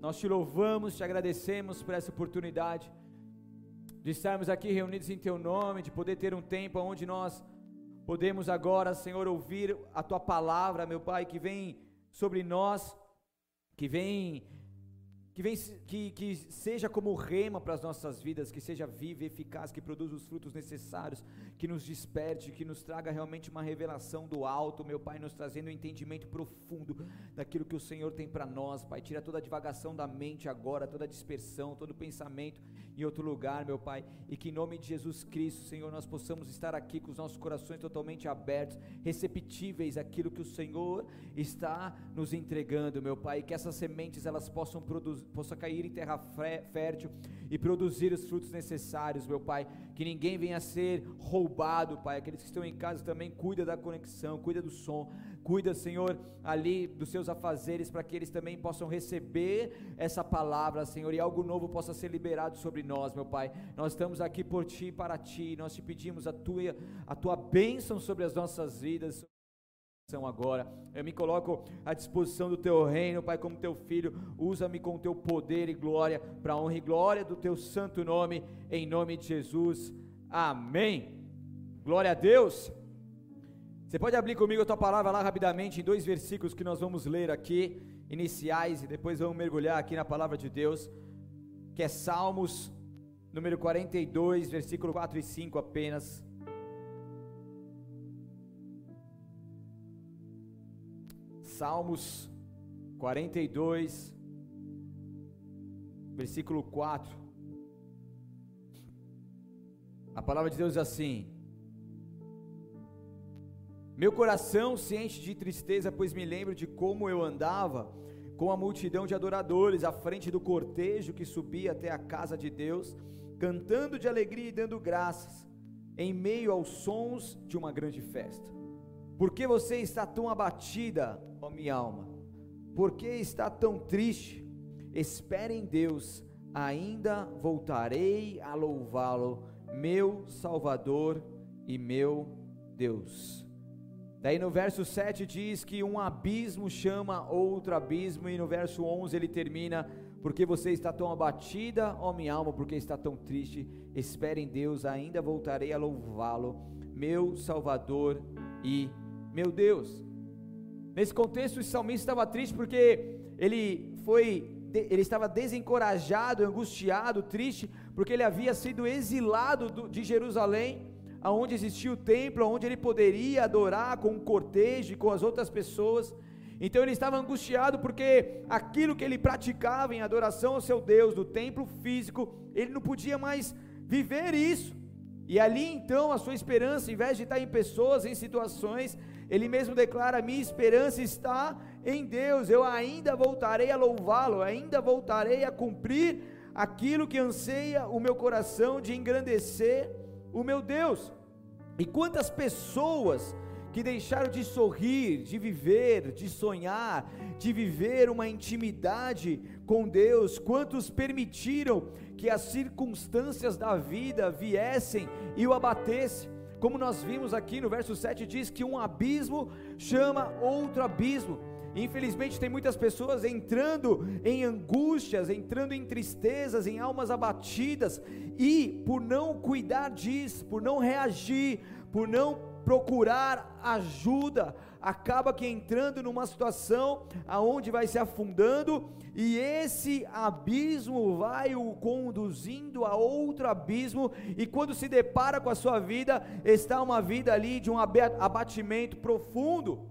nós te louvamos, te agradecemos por essa oportunidade de estarmos aqui reunidos em Teu nome, de poder ter um tempo onde nós podemos agora, Senhor, ouvir a Tua palavra, meu Pai, que vem sobre nós, que seja como rema para as nossas vidas, que seja viva e eficaz, que produza os frutos necessários, que nos desperte, que nos traga realmente uma revelação do alto, meu Pai, nos trazendo um entendimento profundo daquilo que o Senhor tem para nós, Pai. Tira toda a divagação da mente agora, toda a dispersão, todo pensamento em outro lugar, meu Pai, e que em nome de Jesus Cristo, Senhor, nós possamos estar aqui com os nossos corações totalmente abertos, receptíveis àquilo que o Senhor está nos entregando, meu Pai, e que essas sementes elas possam cair em terra fértil e produzir os frutos necessários, meu Pai, que ninguém venha a ser roubado, Pai. Aqueles que estão em casa também, cuida da conexão, cuida do som, cuida, Senhor, ali dos seus afazeres, para que eles também possam receber essa palavra, Senhor, e algo novo possa ser liberado sobre nós, meu Pai. Nós estamos aqui por Ti e para Ti, nós te pedimos a Tua bênção sobre as nossas vidas. Agora, eu me coloco à disposição do Teu reino, Pai, como Teu filho. Usa-me com Teu poder e glória, para a honra e glória do Teu santo nome, em nome de Jesus, amém. Glória a Deus. Você pode abrir comigo a Tua palavra lá rapidamente, em 2 versículos que nós vamos ler aqui, iniciais, e depois vamos mergulhar aqui na palavra de Deus, que é Salmos, número 42, versículo 4 e 5 apenas. Salmos 42, versículo 4, a palavra de Deus diz assim: meu coração se enche de tristeza, pois me lembro de como eu andava com a multidão de adoradores, à frente do cortejo que subia até a casa de Deus, cantando de alegria e dando graças, em meio aos sons de uma grande festa. Por que você está tão abatida, ó minha alma? Por que está tão triste? Espere em Deus, ainda voltarei a louvá-lo, meu Salvador e meu Deus. Daí no verso 7 diz que um abismo chama outro abismo, e no verso 11 ele termina: porque você está tão abatida, ó minha alma, porque está tão triste? Espere em Deus, ainda voltarei a louvá-lo, meu Salvador e meu Deus. Nesse contexto, o salmista estava triste porque ele estava desencorajado, angustiado, triste, porque ele havia sido exilado de Jerusalém, aonde existia o templo, onde ele poderia adorar com um cortejo e com as outras pessoas. Então ele estava angustiado porque aquilo que ele praticava em adoração ao seu Deus, do templo físico, ele não podia mais viver isso. E ali então a sua esperança, em vez de estar em pessoas, em situações, ele mesmo declara: minha esperança está em Deus, eu ainda voltarei a louvá-lo, ainda voltarei a cumprir aquilo que anseia o meu coração, de engrandecer o meu Deus. E quantas pessoas que deixaram de sorrir, de viver, de sonhar, de viver uma intimidade com Deus, quantos permitiram que as circunstâncias da vida viessem e o abatessem. Como nós vimos aqui no verso 7, diz que um abismo chama outro abismo. Infelizmente tem muitas pessoas entrando em angústias, entrando em tristezas, em almas abatidas, e por não cuidar disso, por não reagir, por não procurar ajuda, acaba que entrando numa situação aonde vai se afundando, e esse abismo vai o conduzindo a outro abismo, e quando se depara com a sua vida, está uma vida ali de um abatimento profundo.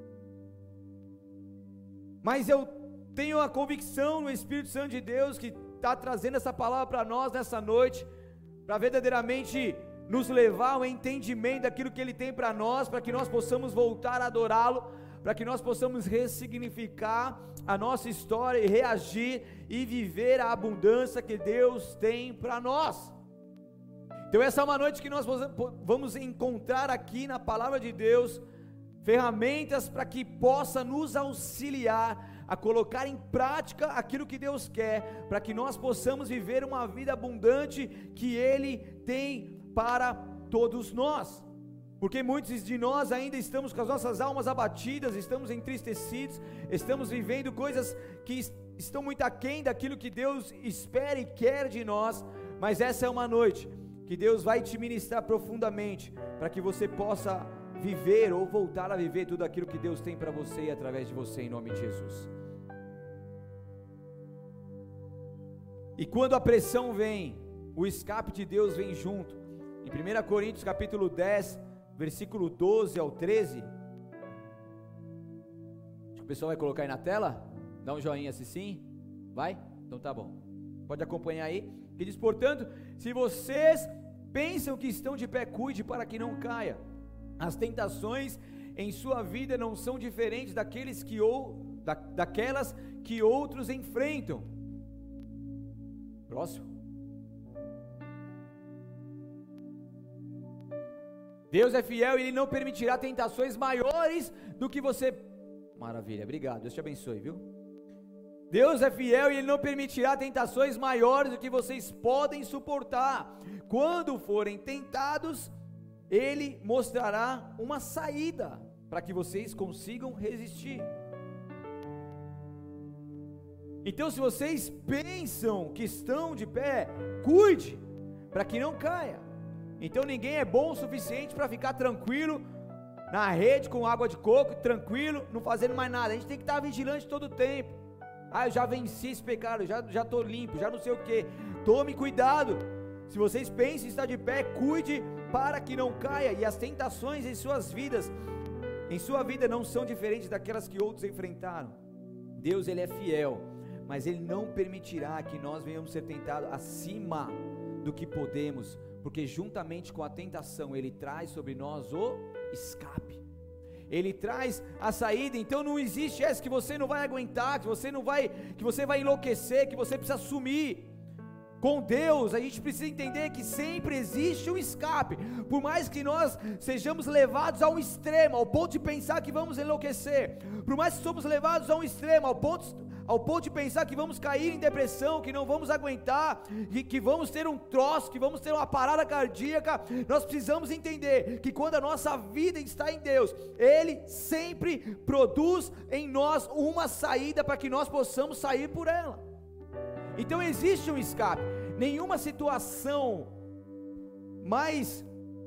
Mas eu tenho a convicção no Espírito Santo de Deus, que está trazendo essa palavra para nós nessa noite, para verdadeiramente nos levar ao entendimento daquilo que Ele tem para nós, para que nós possamos voltar a adorá-lo, para que nós possamos ressignificar a nossa história e reagir e viver a abundância que Deus tem para nós. Então essa é uma noite que nós vamos encontrar aqui na palavra de Deus ferramentas para que possa nos auxiliar a colocar em prática aquilo que Deus quer, para que nós possamos viver uma vida abundante que Ele tem para todos nós. Porque muitos de nós ainda estamos com as nossas almas abatidas, estamos entristecidos, estamos vivendo coisas que estão muito aquém daquilo que Deus espera e quer de nós, mas essa é uma noite que Deus vai te ministrar profundamente, para que você possa viver ou voltar a viver tudo aquilo que Deus tem para você e através de você, em nome de Jesus. E quando a pressão vem, o escape de Deus vem junto. Em 1 Coríntios capítulo 10, versículo 12 ao 13, acho que o pessoal vai colocar aí na tela, dá um joinha se sim, vai? Então tá bom, pode acompanhar aí, que diz: portanto, se vocês pensam que estão de pé, cuide para que não caia. As tentações em sua vida não são diferentes daquelas que outros enfrentam. Próximo. Deus é fiel e Ele não permitirá tentações maiores do que você... Maravilha, obrigado, Deus te abençoe, viu? Deus é fiel e Ele não permitirá tentações maiores do que vocês podem suportar. Quando forem tentados, Ele mostrará uma saída para que vocês consigam resistir. Então, se vocês pensam que estão de pé, cuide para que não caia. Então, ninguém é bom o suficiente para ficar tranquilo na rede com água de coco, tranquilo, não fazendo mais nada. A gente tem que estar vigilante todo o tempo. Eu já venci esse pecado, já estou limpo, já não sei o que. Tome cuidado. Se vocês pensam em estar de pé, cuide para que não caia. E as tentações em sua vida não são diferentes daquelas que outros enfrentaram. Deus, Ele é fiel, mas Ele não permitirá que nós venhamos ser tentados acima do que podemos, porque juntamente com a tentação Ele traz sobre nós o escape, Ele traz a saída. Então não existe essa que você não vai aguentar, que você vai enlouquecer, que você precisa sumir. Com Deus, a gente precisa entender que sempre existe um escape, por mais que nós sejamos levados a um extremo, ao ponto de pensar que vamos enlouquecer, por mais que somos levados a um extremo, ao ponto de pensar que vamos cair em depressão, que não vamos aguentar, que vamos ter um troço, que vamos ter uma parada cardíaca, nós precisamos entender que quando a nossa vida está em Deus, Ele sempre produz em nós uma saída para que nós possamos sair por ela. Então existe um escape. Nenhuma situação mais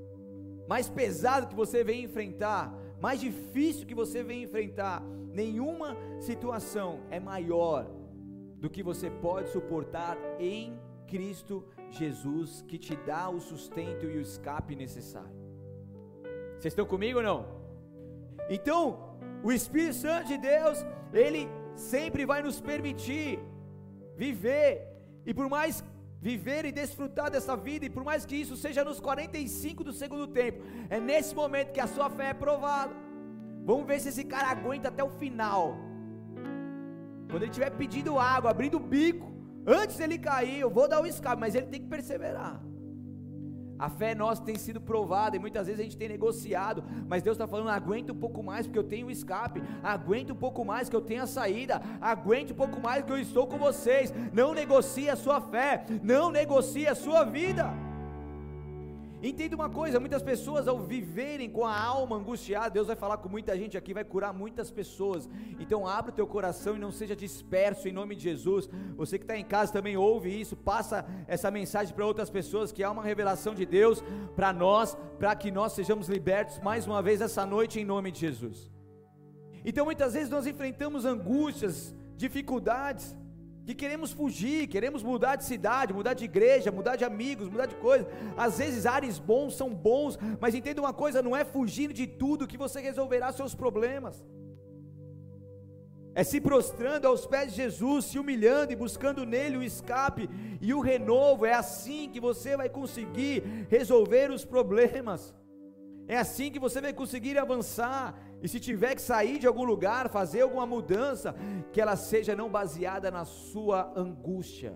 pesada que você vem enfrentar, mais difícil que você vem enfrentar, nenhuma situação é maior do que você pode suportar em Cristo Jesus, que te dá o sustento e o escape necessário. Vocês estão comigo ou não? Então, o Espírito Santo de Deus, Ele sempre vai nos permitir viver, e por mais viver e desfrutar dessa vida, e por mais que isso seja nos 45 do segundo tempo, é nesse momento que a sua fé é provada. Vamos ver se esse cara aguenta até o final. Quando ele estiver pedindo água, abrindo o bico, antes dele cair, eu vou dar o escape, mas ele tem que perseverar. A fé nossa tem sido provada, e muitas vezes a gente tem negociado, mas Deus está falando: aguenta um pouco mais, porque eu tenho o escape, aguenta um pouco mais, que eu tenho a saída, aguente um pouco mais, que eu estou com vocês. Não negocie a sua fé, não negocie a sua vida. Entenda uma coisa: muitas pessoas, ao viverem com a alma angustiada, Deus vai falar com muita gente aqui, vai curar muitas pessoas. Então abra o teu coração e não seja disperso, em nome de Jesus. Você que está em casa também ouve isso, passa essa mensagem para outras pessoas, que há uma revelação de Deus para nós, para que nós sejamos libertos mais uma vez essa noite, em nome de Jesus. Então muitas vezes nós enfrentamos angústias, dificuldades, que queremos fugir, queremos mudar de cidade, mudar de igreja, mudar de amigos, mudar de coisa. Às vezes ares bons são bons, mas entenda uma coisa: não é fugindo de tudo que você resolverá seus problemas. É se prostrando aos pés de Jesus, se humilhando e buscando nele o escape e o renovo. É assim que você vai conseguir resolver os problemas. É assim que você vai conseguir avançar. E se tiver que sair de algum lugar, fazer alguma mudança, que ela seja não baseada na sua angústia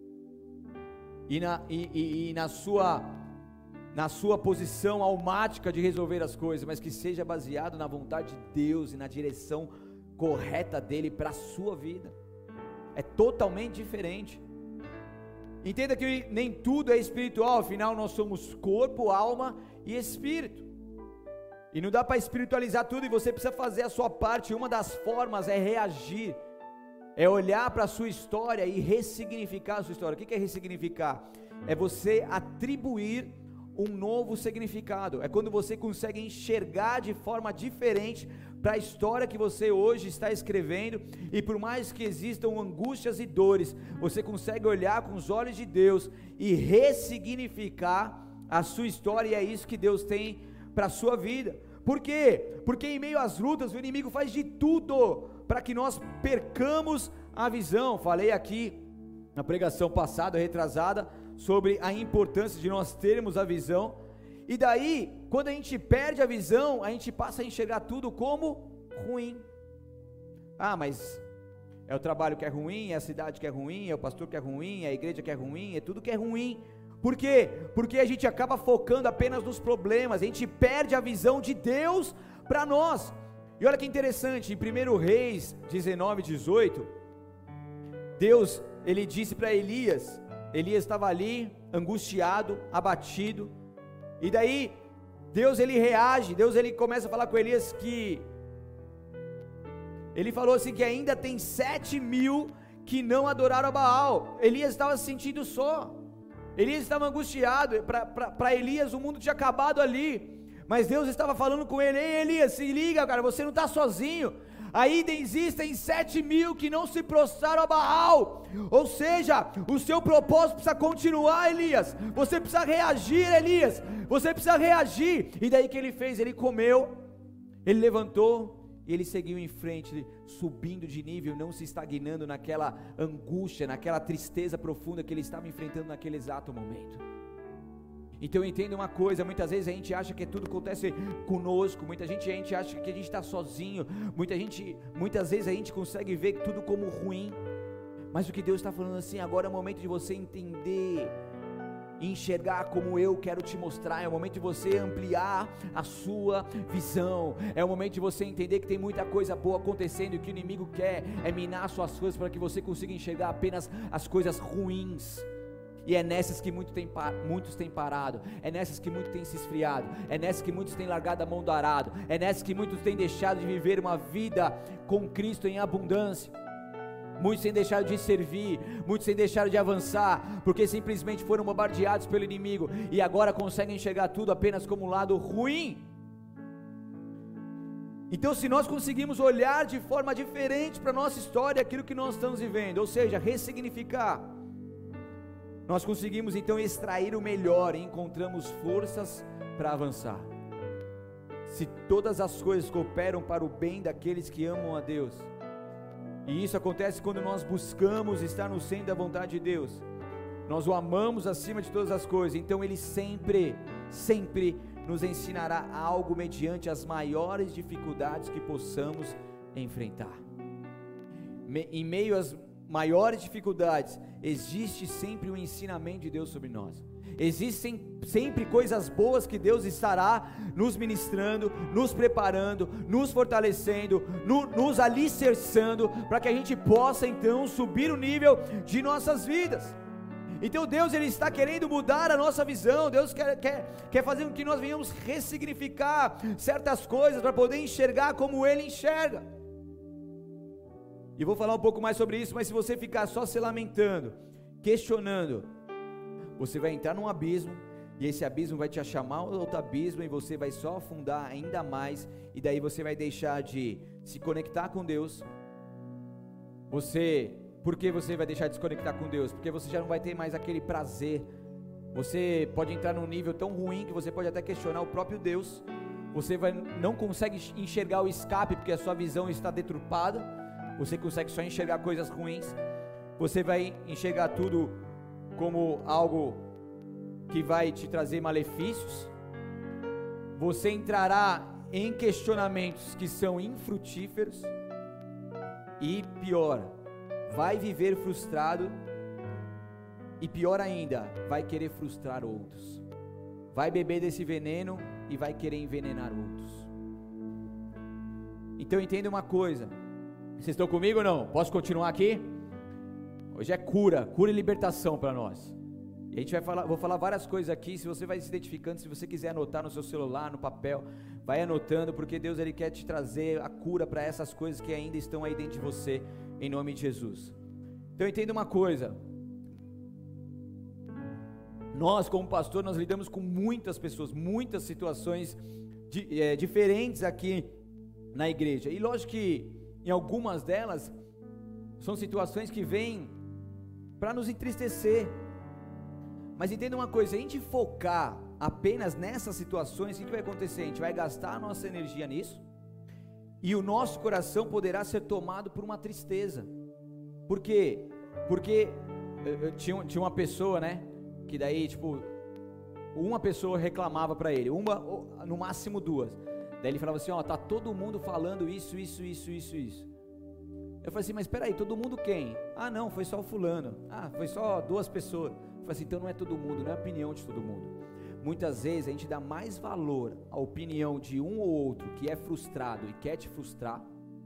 e na sua posição almática de resolver as coisas, mas que seja baseado na vontade de Deus e na direção correta dele para a sua vida. É totalmente diferente. Entenda que nem tudo é espiritual, afinal nós somos corpo, alma e espírito. E não dá para espiritualizar tudo, e você precisa fazer a sua parte. E uma das formas é reagir é olhar para a sua história e ressignificar a sua história. O que é ressignificar? É você atribuir um novo significado, é quando você consegue enxergar de forma diferente para a história que você hoje está escrevendo, e por mais que existam angústias e dores, você consegue olhar com os olhos de Deus e ressignificar a sua história, e é isso que Deus tem para a sua vida. Por quê? Porque em meio às lutas o inimigo faz de tudo para que nós percamos a visão. Falei aqui na pregação passada, retrasada, sobre a importância de nós termos a visão, e daí, quando a gente perde a visão, a gente passa a enxergar tudo como ruim. Mas é o trabalho que é ruim, é a cidade que é ruim, é o pastor que é ruim, é a igreja que é ruim, é tudo que é ruim. Por quê? Porque a gente acaba focando apenas nos problemas, a gente perde a visão de Deus para nós. E olha que interessante, em 1 Reis 19:18, Deus, ele disse para Elias estava ali, angustiado, abatido, e daí, Deus ele reage, Deus ele começa a falar com Elias que, ele falou assim que ainda tem 7.000 que não adoraram a Baal. Elias estava se sentindo só, Elias estava angustiado, para Elias o mundo tinha acabado ali, mas Deus estava falando com ele: ei Elias, se liga cara, você não está sozinho, ainda existem 7.000 que não se prostraram a Baal, ou seja, o seu propósito precisa continuar, Elias, você precisa reagir, Elias, você precisa reagir. E daí que ele fez? Ele comeu, ele levantou, e ele seguiu em frente, subindo de nível, não se estagnando naquela angústia, naquela tristeza profunda que ele estava enfrentando naquele exato momento. Então entenda uma coisa, muitas vezes a gente acha que tudo acontece conosco, a gente acha que a gente está sozinho, muitas vezes a gente consegue ver tudo como ruim, mas o que Deus está falando assim, agora é o momento de você entender, enxergar como eu quero te mostrar, é o momento de você ampliar a sua visão, é o momento de você entender que tem muita coisa boa acontecendo, e o que o inimigo quer é minar suas forças para que você consiga enxergar apenas as coisas ruins. E é nessas que muitos têm parado, é nessas que muitos têm se esfriado, é nessas que muitos têm largado a mão do arado, é nessas que muitos têm deixado de viver uma vida com Cristo em abundância. Muitos têm deixado de servir, muitos têm deixado de avançar, porque simplesmente foram bombardeados pelo inimigo, e agora conseguem enxergar tudo apenas como um lado ruim. Então se nós conseguimos olhar de forma diferente para a nossa história, aquilo que nós estamos vivendo, ou seja, ressignificar, nós conseguimos então extrair o melhor e encontramos forças para avançar. Se todas as coisas cooperam para o bem daqueles que amam a Deus, e isso acontece quando nós buscamos estar no centro da vontade de Deus, nós o amamos acima de todas as coisas, então Ele sempre nos ensinará algo mediante as maiores dificuldades que possamos enfrentar. Em meio às maiores dificuldades, existe sempre um ensinamento de Deus sobre nós, existem sempre coisas boas que Deus estará nos ministrando, nos preparando, nos fortalecendo, nos alicerçando, para que a gente possa então subir o nível de nossas vidas. Então Deus ele está querendo mudar a nossa visão, Deus quer fazer com que nós venhamos ressignificar certas coisas, para poder enxergar como Ele enxerga. E vou falar um pouco mais sobre isso, mas se você ficar só se lamentando, questionando, você vai entrar num abismo, e esse abismo vai te chamar outro abismo, e você vai só afundar ainda mais, e daí você vai deixar de se conectar com Deus. Por que você vai deixar de se conectar com Deus? Porque você já não vai ter mais aquele prazer, você pode entrar num nível tão ruim, que você pode até questionar o próprio Deus, você não consegue enxergar o escape, porque a sua visão está deturpada, você consegue só enxergar coisas ruins, você vai enxergar tudo como algo que vai te trazer malefícios, você entrará em questionamentos que são infrutíferos, e pior, vai viver frustrado, e pior ainda, vai querer frustrar outros, vai beber desse veneno e vai querer envenenar outros. Então entenda uma coisa, vocês estão comigo ou não? Posso continuar aqui? Hoje é cura e libertação para nós. E a gente vou falar várias coisas aqui. Se você vai se identificando, se você quiser anotar no seu celular, no papel, vai anotando, porque Deus ele quer te trazer a cura para essas coisas que ainda estão aí dentro de você, em nome de Jesus. Então entenda uma coisa, nós como pastor, nós lidamos com muitas pessoas, muitas situações diferentes aqui na igreja, e lógico que em algumas delas, são situações que vêm para nos entristecer, mas entenda uma coisa, a gente focar apenas nessas situações, o que vai acontecer? A gente vai gastar a nossa energia nisso, e o nosso coração poderá ser tomado por uma tristeza. Por quê? Porque tinha uma pessoa, né, que daí tipo, uma pessoa reclamava para ele, uma, no máximo duas, daí ele falava assim, ó, tá todo mundo falando isso. Eu falei assim, mas espera aí, todo mundo quem? Ah não, foi só o fulano, foi só duas pessoas. Eu falei assim, então não é todo mundo, não é a opinião de todo mundo. Muitas vezes a gente dá mais valor à opinião de um ou outro que é frustrado e quer te frustrar,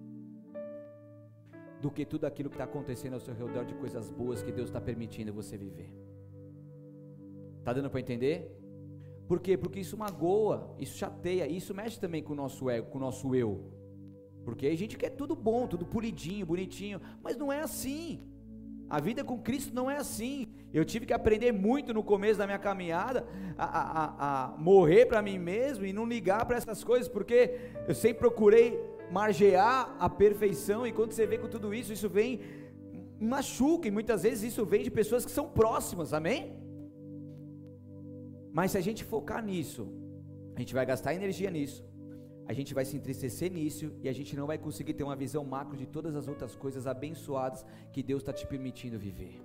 do que tudo aquilo que está acontecendo ao seu redor de coisas boas que Deus está permitindo você viver. Está dando para entender? Por quê? Porque isso magoa, isso chateia, isso mexe também com o nosso ego, com o nosso eu. Porque a gente quer tudo bom, tudo polidinho, bonitinho, mas não é assim. A vida com Cristo não é assim. Eu tive que aprender muito no começo da minha caminhada a morrer para mim mesmo e não ligar para essas coisas, porque eu sempre procurei margear a perfeição, e quando você vê com tudo isso, isso vem, machuca, e muitas vezes isso vem de pessoas que são próximas, amém? Mas se a gente focar nisso, a gente vai gastar energia nisso, a gente vai se entristecer nisso, e a gente não vai conseguir ter uma visão macro de todas as outras coisas abençoadas que Deus está te permitindo viver.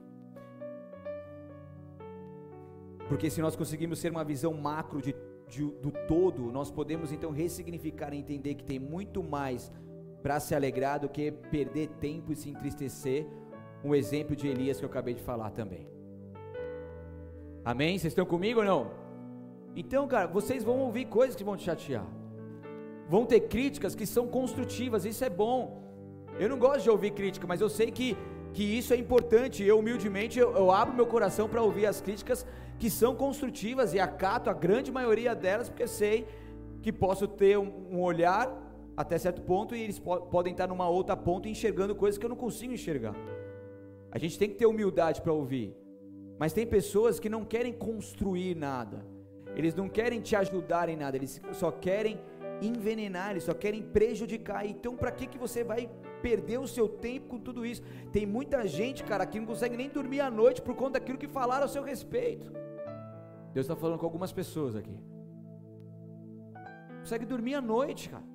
Porque se nós conseguirmos ter uma visão macro do todo, nós podemos então ressignificar e entender que tem muito mais para se alegrar do que perder tempo e se entristecer. Um exemplo de Elias que eu acabei de falar também. Amém? Vocês estão comigo ou não? Então, cara, vocês vão ouvir coisas que vão te chatear, vão ter críticas que são construtivas, isso é bom. Eu não gosto de ouvir crítica, mas eu sei que isso é importante. Eu humildemente eu abro meu coração para ouvir as críticas que são construtivas, e acato a grande maioria delas, porque sei que posso ter um olhar até certo ponto, e eles podem estar numa outra ponta enxergando coisas que eu não consigo enxergar. A gente tem que ter humildade para ouvir, mas tem pessoas que não querem construir nada, eles não querem te ajudar em nada, eles só querem envenenar, eles só querem prejudicar. Então para que você vai perder o seu tempo com tudo isso? Tem muita gente, cara, que não consegue nem dormir à noite por conta daquilo que falaram a seu respeito. Deus está falando com algumas pessoas aqui. Não consegue dormir à noite, cara.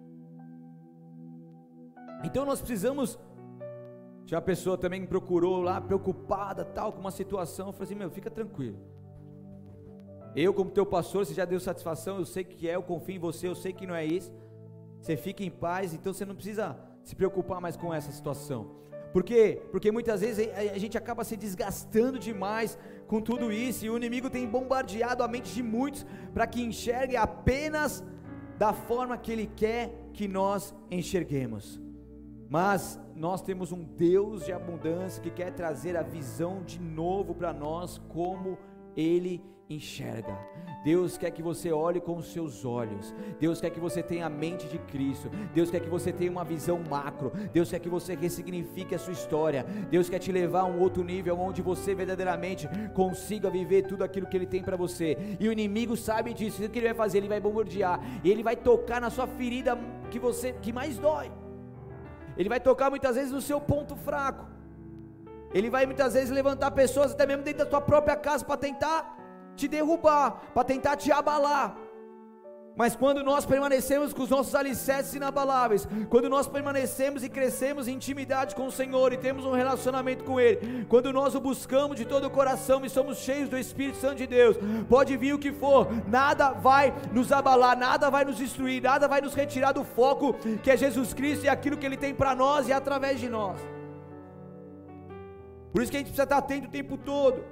Então nós precisamos. Já a pessoa também me procurou lá, preocupada, tal, com uma situação. Eu falei assim, fica tranquilo. Eu, como teu pastor, você já deu satisfação, eu sei que eu confio em você, eu sei que não é isso. Você fica em paz, então você não precisa se preocupar mais com essa situação. Por quê? Porque muitas vezes a gente acaba se desgastando demais com tudo isso, e o inimigo tem bombardeado a mente de muitos para que enxergue apenas da forma que ele quer que nós enxerguemos. Mas nós temos um Deus de abundância que quer trazer a visão de novo para nós, como Ele enxerga. Deus quer que você olhe com os seus olhos. Deus quer que você tenha a mente de Cristo. Deus quer que você tenha uma visão macro. Deus quer que você ressignifique a sua história. Deus quer te levar a um outro nível, onde você verdadeiramente consiga viver tudo aquilo que Ele tem para você. E o inimigo sabe disso. O que ele vai fazer? Ele vai bombardear, e ele vai tocar na sua ferida que mais dói. Ele vai tocar muitas vezes no seu ponto fraco. Ele vai muitas vezes levantar pessoas até mesmo dentro da tua própria casa para tentar te derrubar, para tentar te abalar. Mas quando nós permanecemos com os nossos alicerces inabaláveis, quando nós permanecemos e crescemos em intimidade com o Senhor e temos um relacionamento com Ele, quando nós o buscamos de todo o coração e somos cheios do Espírito Santo de Deus, pode vir o que for, nada vai nos abalar, nada vai nos destruir, nada vai nos retirar do foco que é Jesus Cristo e aquilo que Ele tem para nós e através de nós. Por isso que a gente precisa estar atento o tempo todo.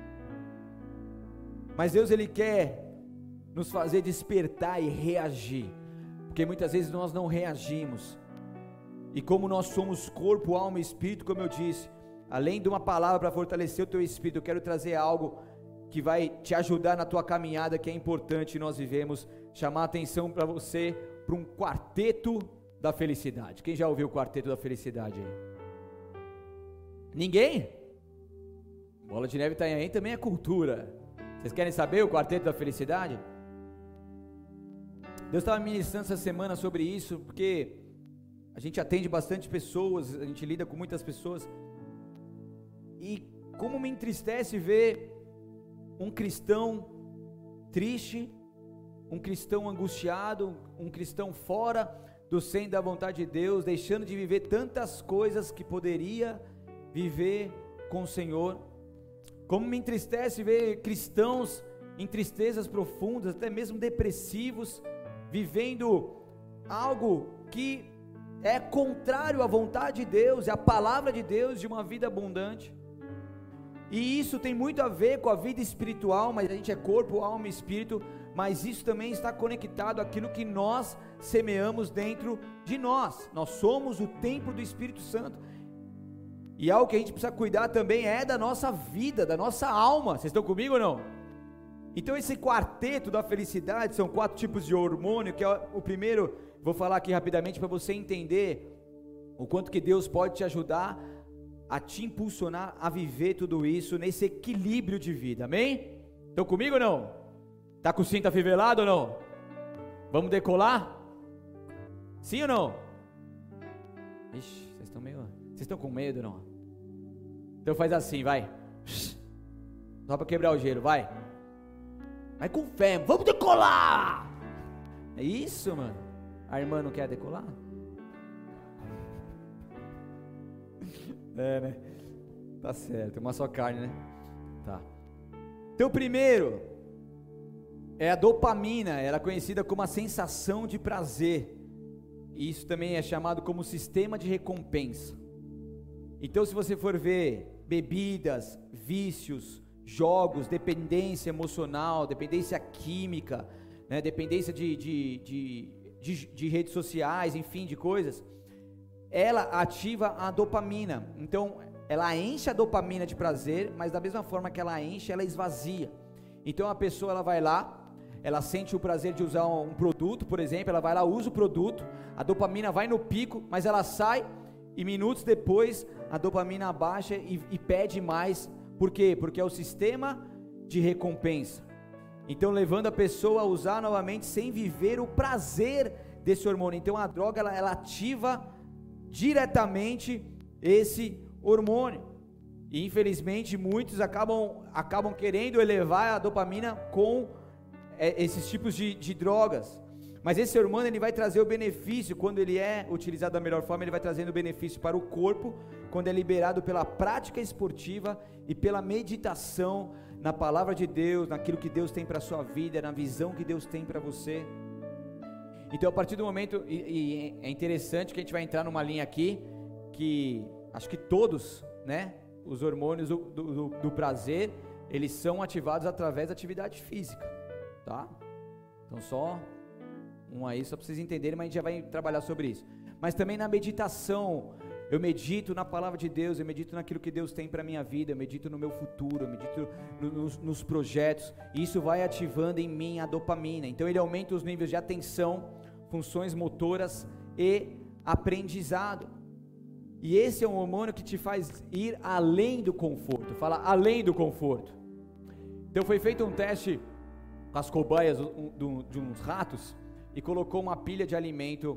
Mas Deus, Ele quer nos fazer despertar e reagir, porque muitas vezes nós não reagimos, e como nós somos corpo, alma e espírito, como eu disse, além de uma palavra para fortalecer o teu espírito, eu quero trazer algo que vai te ajudar na tua caminhada, que é importante nós vivemos, chamar a atenção para você, para um quarteto da felicidade. Quem já ouviu o quarteto da felicidade aí? Ninguém? Bola de Neve Itanhaém também é cultura. Vocês querem saber o quarteto da felicidade? Deus estava ministrando essa semana sobre isso, porque a gente atende bastante pessoas, a gente lida com muitas pessoas, e como me entristece ver um cristão triste, um cristão angustiado, um cristão fora do centro da vontade de Deus, deixando de viver tantas coisas que poderia viver com o Senhor. Como me entristece ver cristãos em tristezas profundas, até mesmo depressivos, vivendo algo que é contrário à vontade de Deus, é a palavra de Deus de uma vida abundante. E isso tem muito a ver com a vida espiritual, mas a gente é corpo, alma e espírito, mas isso também está conectado àquilo que nós semeamos dentro de nós. Nós somos o templo do Espírito Santo, e algo que a gente precisa cuidar também é da nossa vida, da nossa alma. Vocês estão comigo ou não? Então esse quarteto da felicidade, são 4 tipos de hormônio, que é o primeiro, vou falar aqui rapidamente para você entender o quanto que Deus pode te ajudar a te impulsionar a viver tudo isso nesse equilíbrio de vida, amém? Estão comigo ou não? Tá com o cinto afivelado ou não? Vamos decolar? Sim ou não? Ixi, vocês estão com medo ou não? Então faz assim, vai, só para quebrar o gelo, vai com fé, vamos decolar. É isso, mano. A irmã não quer decolar? É, né? Tá certo, uma só carne, né? Tá. Então, primeiro é a dopamina, ela é conhecida como a sensação de prazer. Isso também é chamado como sistema de recompensa. Então, se você for ver bebidas, vícios, jogos, dependência emocional, dependência química, né, dependência de redes sociais, enfim, de coisas, ela ativa a dopamina. Então ela enche a dopamina de prazer, mas da mesma forma que ela enche, ela esvazia. Então a pessoa, ela vai lá, ela sente o prazer de usar um produto, por exemplo, ela vai lá, usa o produto, a dopamina vai no pico, mas ela sai e minutos depois a dopamina abaixa e pede mais. Por quê? Porque é o sistema de recompensa. Então levando a pessoa a usar novamente sem viver o prazer desse hormônio. Então a droga ela ativa diretamente esse hormônio. E infelizmente muitos acabam querendo elevar a dopamina com esses tipos de drogas. Mas esse hormônio ele vai trazer o benefício, quando ele é utilizado da melhor forma, ele vai trazendo benefício para o corpo, quando é liberado pela prática esportiva e pela meditação na palavra de Deus, naquilo que Deus tem para a sua vida, na visão que Deus tem para você. Então a partir do momento, e é interessante que a gente vai entrar numa linha aqui, que acho que todos, né, os hormônios do prazer, eles são ativados através da atividade física, tá? Então só aí, só para vocês entenderem, mas a gente já vai trabalhar sobre isso. Mas também na meditação, eu medito na palavra de Deus, eu medito naquilo que Deus tem para a minha vida, eu medito no meu futuro, eu medito nos projetos, e isso vai ativando em mim a dopamina. Então ele aumenta os níveis de atenção, funções motoras e aprendizado. E esse é um hormônio que te faz ir além do conforto, fala além do conforto. Então foi feito um teste com as cobaias de uns ratos, e colocou uma pilha de alimento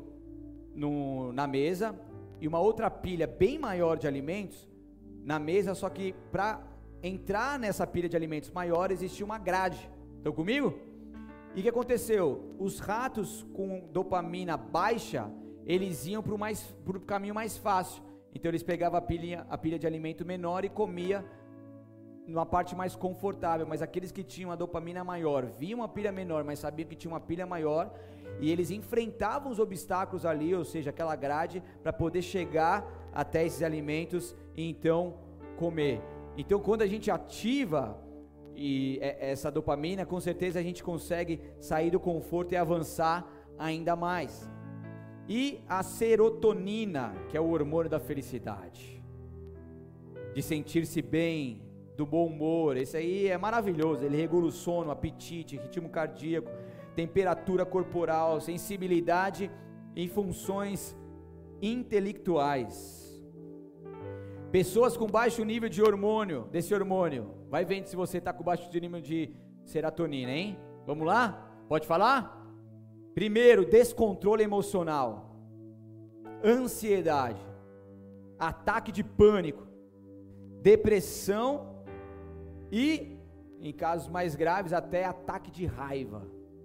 na mesa, e uma outra pilha bem maior de alimentos na mesa, só que para entrar nessa pilha de alimentos maior, existia uma grade. Estão comigo? E o que aconteceu? Os ratos com dopamina baixa, eles iam para o caminho mais fácil. Então eles pegavam a pilha de alimento menor e comia numa parte mais confortável. Mas aqueles que tinham a dopamina maior, viam uma pilha menor, mas sabiam que tinha uma pilha maior, e eles enfrentavam os obstáculos ali, ou seja, aquela grade, para poder chegar até esses alimentos e então comer. Então quando a gente ativa essa dopamina, com certeza a gente consegue sair do conforto e avançar ainda mais. E a serotonina, que é o hormônio da felicidade, de sentir-se bem, do bom humor, esse aí é maravilhoso, ele regula o sono, apetite, ritmo cardíaco, temperatura corporal, sensibilidade e funções intelectuais. Pessoas com baixo nível de hormônio, desse hormônio, vai vendo se você está com baixo nível de serotonina, hein? Vamos lá? Pode falar? Primeiro, descontrole emocional, ansiedade, ataque de pânico, depressão e, em casos mais graves, até ataque de raiva.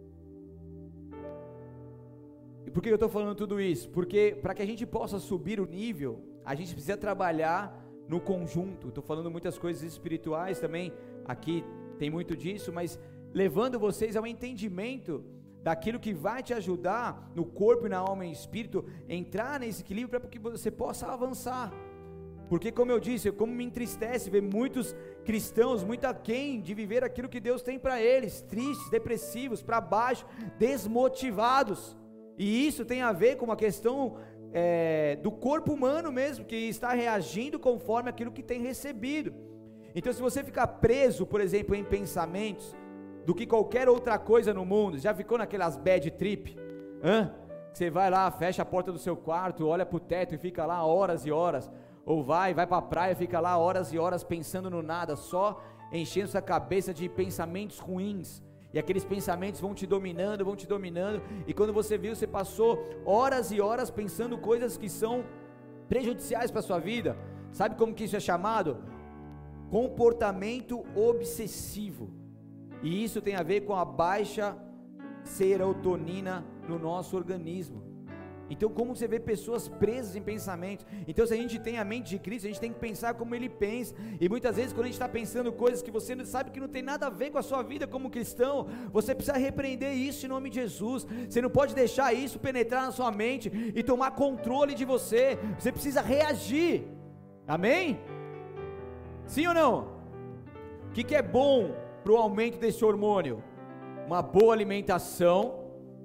E por que eu estou falando tudo isso? Porque para que a gente possa subir o nível, a gente precisa trabalhar no conjunto. Estou falando muitas coisas espirituais também, aqui tem muito disso, mas levando vocês ao entendimento daquilo que vai te ajudar no corpo e na alma e espírito, entrar nesse equilíbrio para que você possa avançar. Porque como eu disse, como me entristece ver muitos cristãos muito aquém de viver aquilo que Deus tem para eles, tristes, depressivos, para baixo, desmotivados. E isso tem a ver com uma questão do corpo humano mesmo, que está reagindo conforme aquilo que tem recebido. Então se você ficar preso, por exemplo, em pensamentos do que qualquer outra coisa no mundo, já ficou naquelas bad trip? Você vai lá, fecha a porta do seu quarto, olha para o teto e fica lá horas e horas, ou vai para a praia, fica lá horas e horas pensando no nada, só enchendo sua cabeça de pensamentos ruins, e aqueles pensamentos vão te dominando, e quando você viu, você passou horas e horas pensando coisas que são prejudiciais para a sua vida. Sabe como que isso é chamado? Comportamento obsessivo. E isso tem a ver com a baixa serotonina no nosso organismo. Então, como você vê pessoas presas em pensamentos? Então, se a gente tem a mente de Cristo, a gente tem que pensar como Ele pensa. E muitas vezes, quando a gente está pensando coisas que você não sabe que não tem nada a ver com a sua vida como cristão, você precisa repreender isso em nome de Jesus. Você não pode deixar isso penetrar na sua mente e tomar controle de você. Você precisa reagir. Amém? Sim ou não? O que é bom para o aumento desse hormônio? Uma boa alimentação.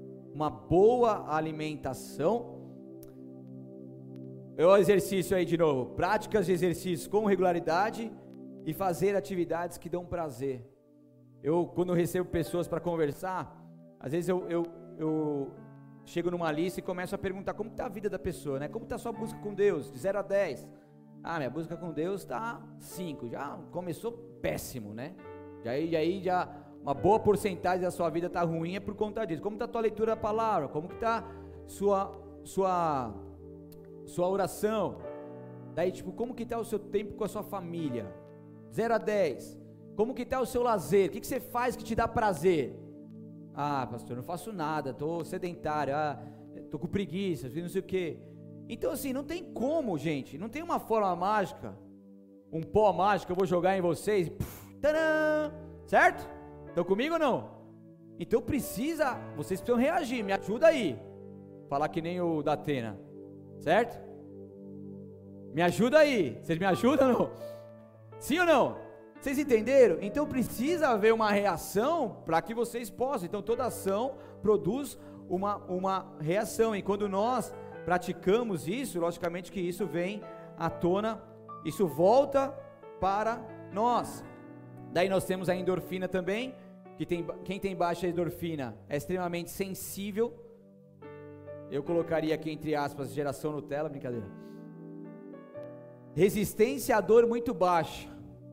O exercício aí de novo, práticas de exercício com regularidade e fazer atividades que dão prazer. Quando eu recebo pessoas para conversar, às vezes eu chego numa lista e começo a perguntar como está a vida da pessoa, né? Como está a sua busca com Deus, de 0 a 10? Minha busca com Deus está 5, já começou péssimo, né? Já uma boa porcentagem da sua vida está ruim, é por conta disso. Como está a tua leitura da palavra? Como que está sua oração? Daí como que está o seu tempo com a sua família? 0 a 10. Como que está o seu lazer? O que você faz que te dá prazer? Pastor, não faço nada, estou sedentário, estou com preguiça, não sei o que. Então assim, não tem como, gente, não tem uma forma mágica, um pó mágico que eu vou jogar em vocês, tadã, certo? Estão comigo ou não? Então vocês precisam reagir, me ajuda aí, falar que nem o da Atena, certo? Me ajuda aí, vocês me ajudam ou não? Sim ou não? Vocês entenderam? Então precisa haver uma reação para que vocês possam. Então toda ação produz uma reação, e quando nós praticamos isso, logicamente que isso vem à tona, isso volta para nós. Daí nós temos a endorfina também, quem tem baixa endorfina é extremamente sensível. Eu colocaria aqui entre aspas, geração Nutella, brincadeira. Resistência à dor muito baixa,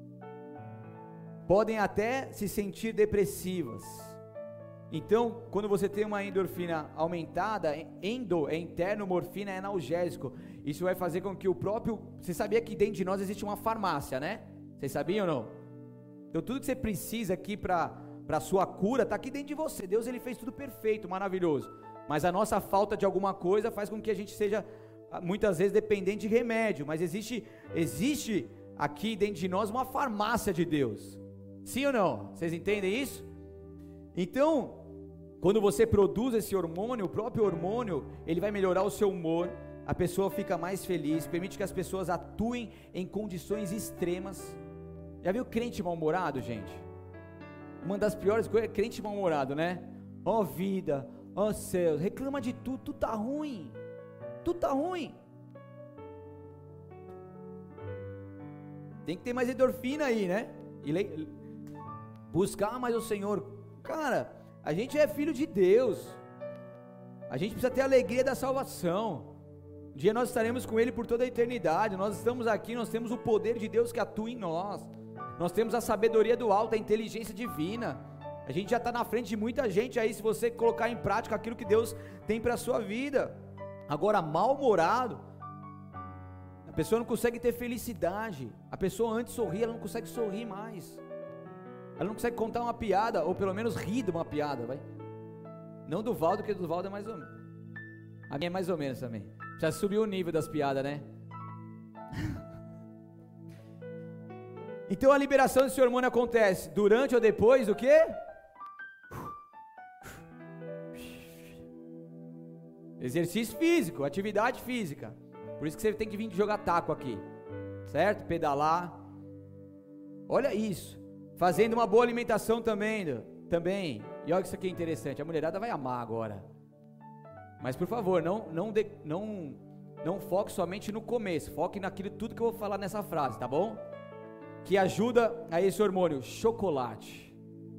podem até se sentir depressivas. Então, quando você tem uma endorfina aumentada, endo é interno, morfina é analgésico. Isso vai fazer com que você sabia que dentro de nós existe uma farmácia, né? Vocês sabiam ou não? Então tudo que você precisa aqui para a sua cura, está aqui dentro de você. Deus, Ele fez tudo perfeito, maravilhoso, mas a nossa falta de alguma coisa faz com que a gente seja muitas vezes dependente de remédio. Mas existe aqui dentro de nós uma farmácia de Deus. Sim ou não? Vocês entendem isso? Então, quando você produz esse hormônio, o próprio hormônio, ele vai melhorar o seu humor, a pessoa fica mais feliz, permite que as pessoas atuem em condições extremas. Já viu crente mal-humorado, gente? Uma das piores coisas é crente mal-humorado, né? Vida, céus, reclama de tudo tá ruim, tudo tá ruim. Tem que ter mais endorfina aí, né? Buscar mais o Senhor. Cara, a gente é filho de Deus, a gente precisa ter a alegria da salvação. Um dia nós estaremos com Ele por toda a eternidade. Nós estamos aqui, nós temos o poder de Deus que atua em nós. Nós temos a sabedoria do alto, a inteligência divina. A gente já está na frente de muita gente aí, se você colocar em prática aquilo que Deus tem para a sua vida. Agora, mal-humorado, a pessoa não consegue ter felicidade. A pessoa antes sorria, ela não consegue sorrir mais. Ela não consegue contar uma piada, ou pelo menos rir de uma piada, vai. Não do Valdo, porque do Valdo é mais ou menos. A minha é mais ou menos também. Já subiu o nível das piadas, né? Então a liberação desse hormônio acontece durante ou depois do quê? Exercício físico, atividade física. Por isso que você tem que vir jogar taco aqui, certo? Pedalar. Olha isso. Fazendo uma boa alimentação também. E olha que isso aqui é interessante. A mulherada vai amar agora. Mas por favor, não foque somente no começo. Foque naquilo tudo que eu vou falar nessa frase, tá bom? Que ajuda a esse hormônio, chocolate.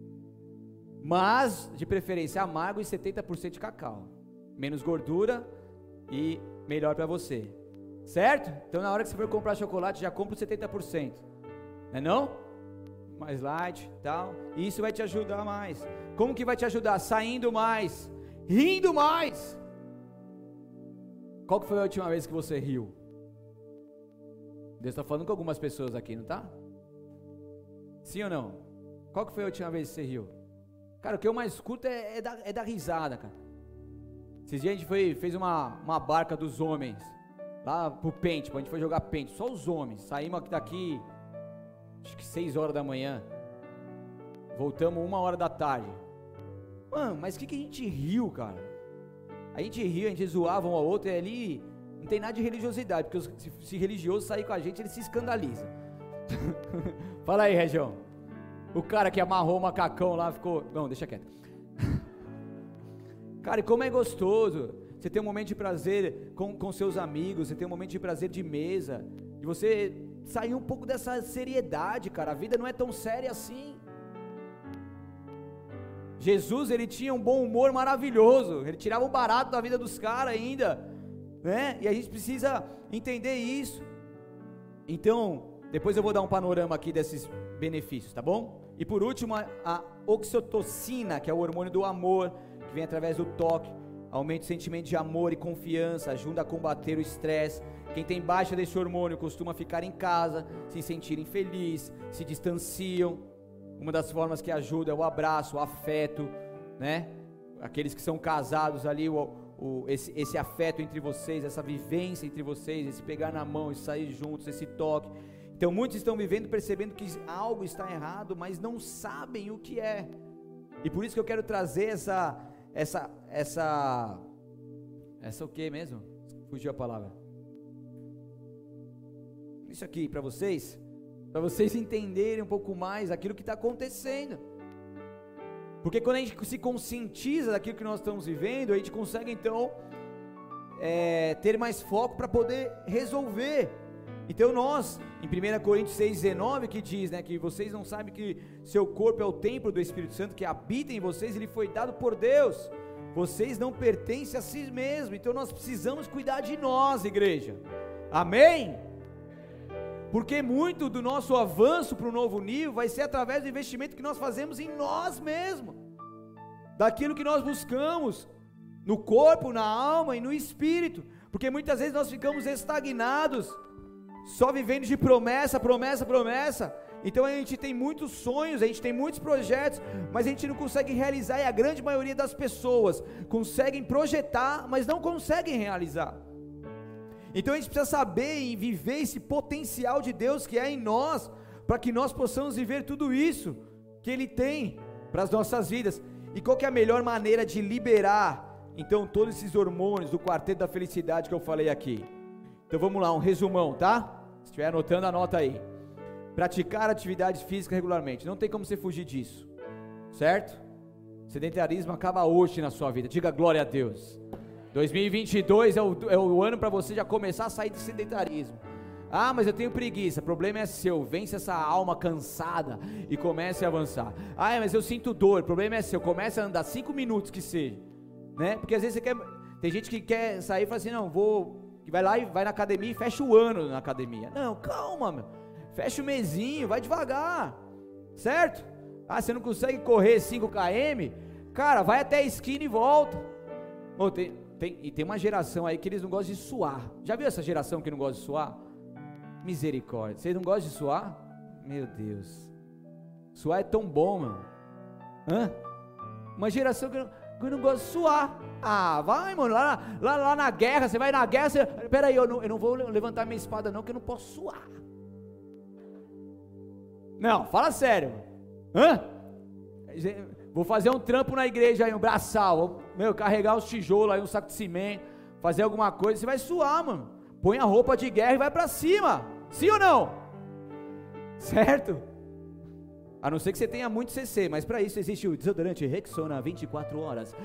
Mas, de preferência, amargo e 70% de cacau. Menos gordura e melhor para você. Certo? Então na hora que você for comprar chocolate, já compra os 70%. Não é não? Mais light e tal. E isso vai te ajudar mais. Como que vai te ajudar? Saindo mais. Rindo mais. Qual que foi a última vez que você riu? Deus está falando com algumas pessoas aqui, não tá? Sim ou não? Qual que foi a última vez que você riu? Cara, o que eu mais escuto é da risada, cara. Esses dias a gente fez uma barca dos homens, lá pro pente, a gente foi jogar pente, só os homens. Saímos daqui, acho que 6 horas da manhã, voltamos 1 hora da tarde. Mano, mas o que a gente riu, cara? A gente riu, a gente zoava um ao outro, e ali não tem nada de religiosidade, porque se religioso sair com a gente, ele se escandaliza. Fala aí, Região. O cara que amarrou o macacão lá ficou... Não, deixa quieto. Cara, e como é gostoso você ter um momento de prazer com seus amigos, você ter um momento de prazer de mesa, de você sair um pouco dessa seriedade, cara. A vida não é tão séria assim. Jesus, ele tinha um bom humor maravilhoso, ele tirava o barato da vida dos caras ainda, né? E a gente precisa entender isso. Então, depois eu vou dar um panorama aqui desses benefícios, tá bom? E por último, a oxitocina, que é o hormônio do amor, que vem através do toque, aumenta o sentimento de amor e confiança, ajuda a combater o estresse. Quem tem baixa desse hormônio costuma ficar em casa, se sentir infeliz, se distanciam. Uma das formas que ajuda é o abraço, o afeto, né? Aqueles que são casados ali, esse afeto entre vocês, essa vivência entre vocês, esse pegar na mão, esse sair juntos, esse toque. Então muitos estão vivendo percebendo que algo está errado, mas não sabem o que é. E por isso que eu quero trazer essa o que mesmo? Fugiu a palavra. Isso aqui para vocês entenderem um pouco mais aquilo que está acontecendo. Porque quando a gente se conscientiza daquilo que nós estamos vivendo, a gente consegue então ter mais foco para poder resolver. Então nós, em 1 Coríntios 6,19, que diz, né, que vocês não sabem que seu corpo é o templo do Espírito Santo que habita em vocês, ele foi dado por Deus, vocês não pertencem a si mesmos, então nós precisamos cuidar de nós, igreja, amém? Porque muito do nosso avanço para o novo nível vai ser através do investimento que nós fazemos em nós mesmos, daquilo que nós buscamos, no corpo, na alma e no espírito, porque muitas vezes nós ficamos estagnados, só vivendo de promessa, então a gente tem muitos sonhos, a gente tem muitos projetos, mas a gente não consegue realizar, e a grande maioria das pessoas conseguem projetar, mas não conseguem realizar. Então a gente precisa saber e viver esse potencial de Deus que é em nós, para que nós possamos viver tudo isso que Ele tem para as nossas vidas. E qual que é a melhor maneira de liberar, então, todos esses hormônios do quarteto da felicidade que eu falei aqui? Então vamos lá, um resumão, tá? Se estiver anotando, anota aí. Praticar atividade física regularmente, não tem como você fugir disso, certo? Sedentarismo acaba hoje na sua vida, diga glória a Deus. 2022 é o ano para você já começar a sair do sedentarismo. Ah, mas eu tenho preguiça, o problema é seu, vence essa alma cansada e comece a avançar. Ah, mas eu sinto dor, o problema é seu, comece a andar 5 minutos que seja, né? Porque às vezes você quer, tem gente que quer sair e fala assim, não, vou que vai lá e vai na academia e fecha o ano na academia. Não, calma, meu. Fecha o mesinho, vai devagar, certo? Ah, você não consegue correr 5 km? Cara, vai até a esquina e volta. Oh, tem uma geração aí que eles não gostam de suar. Já viu essa geração que não gosta de suar? Misericórdia. Vocês não gostam de suar? Meu Deus. Suar é tão bom, meu. Hã? Uma geração que não gosta de suar. Ah, vai, mano. Lá na guerra, você vai na guerra, você... Peraí, eu não vou levantar minha espada não, que eu não posso suar. Não, fala sério. Hã? Vou fazer um trampo na igreja aí, um braçal. Vou, carregar os tijolos aí, um saco de cimento, fazer alguma coisa, você vai suar, mano. Põe a roupa de guerra e vai pra cima. Sim ou não? Certo? A não ser que você tenha muito CC, mas para isso existe o desodorante Rexona 24 horas.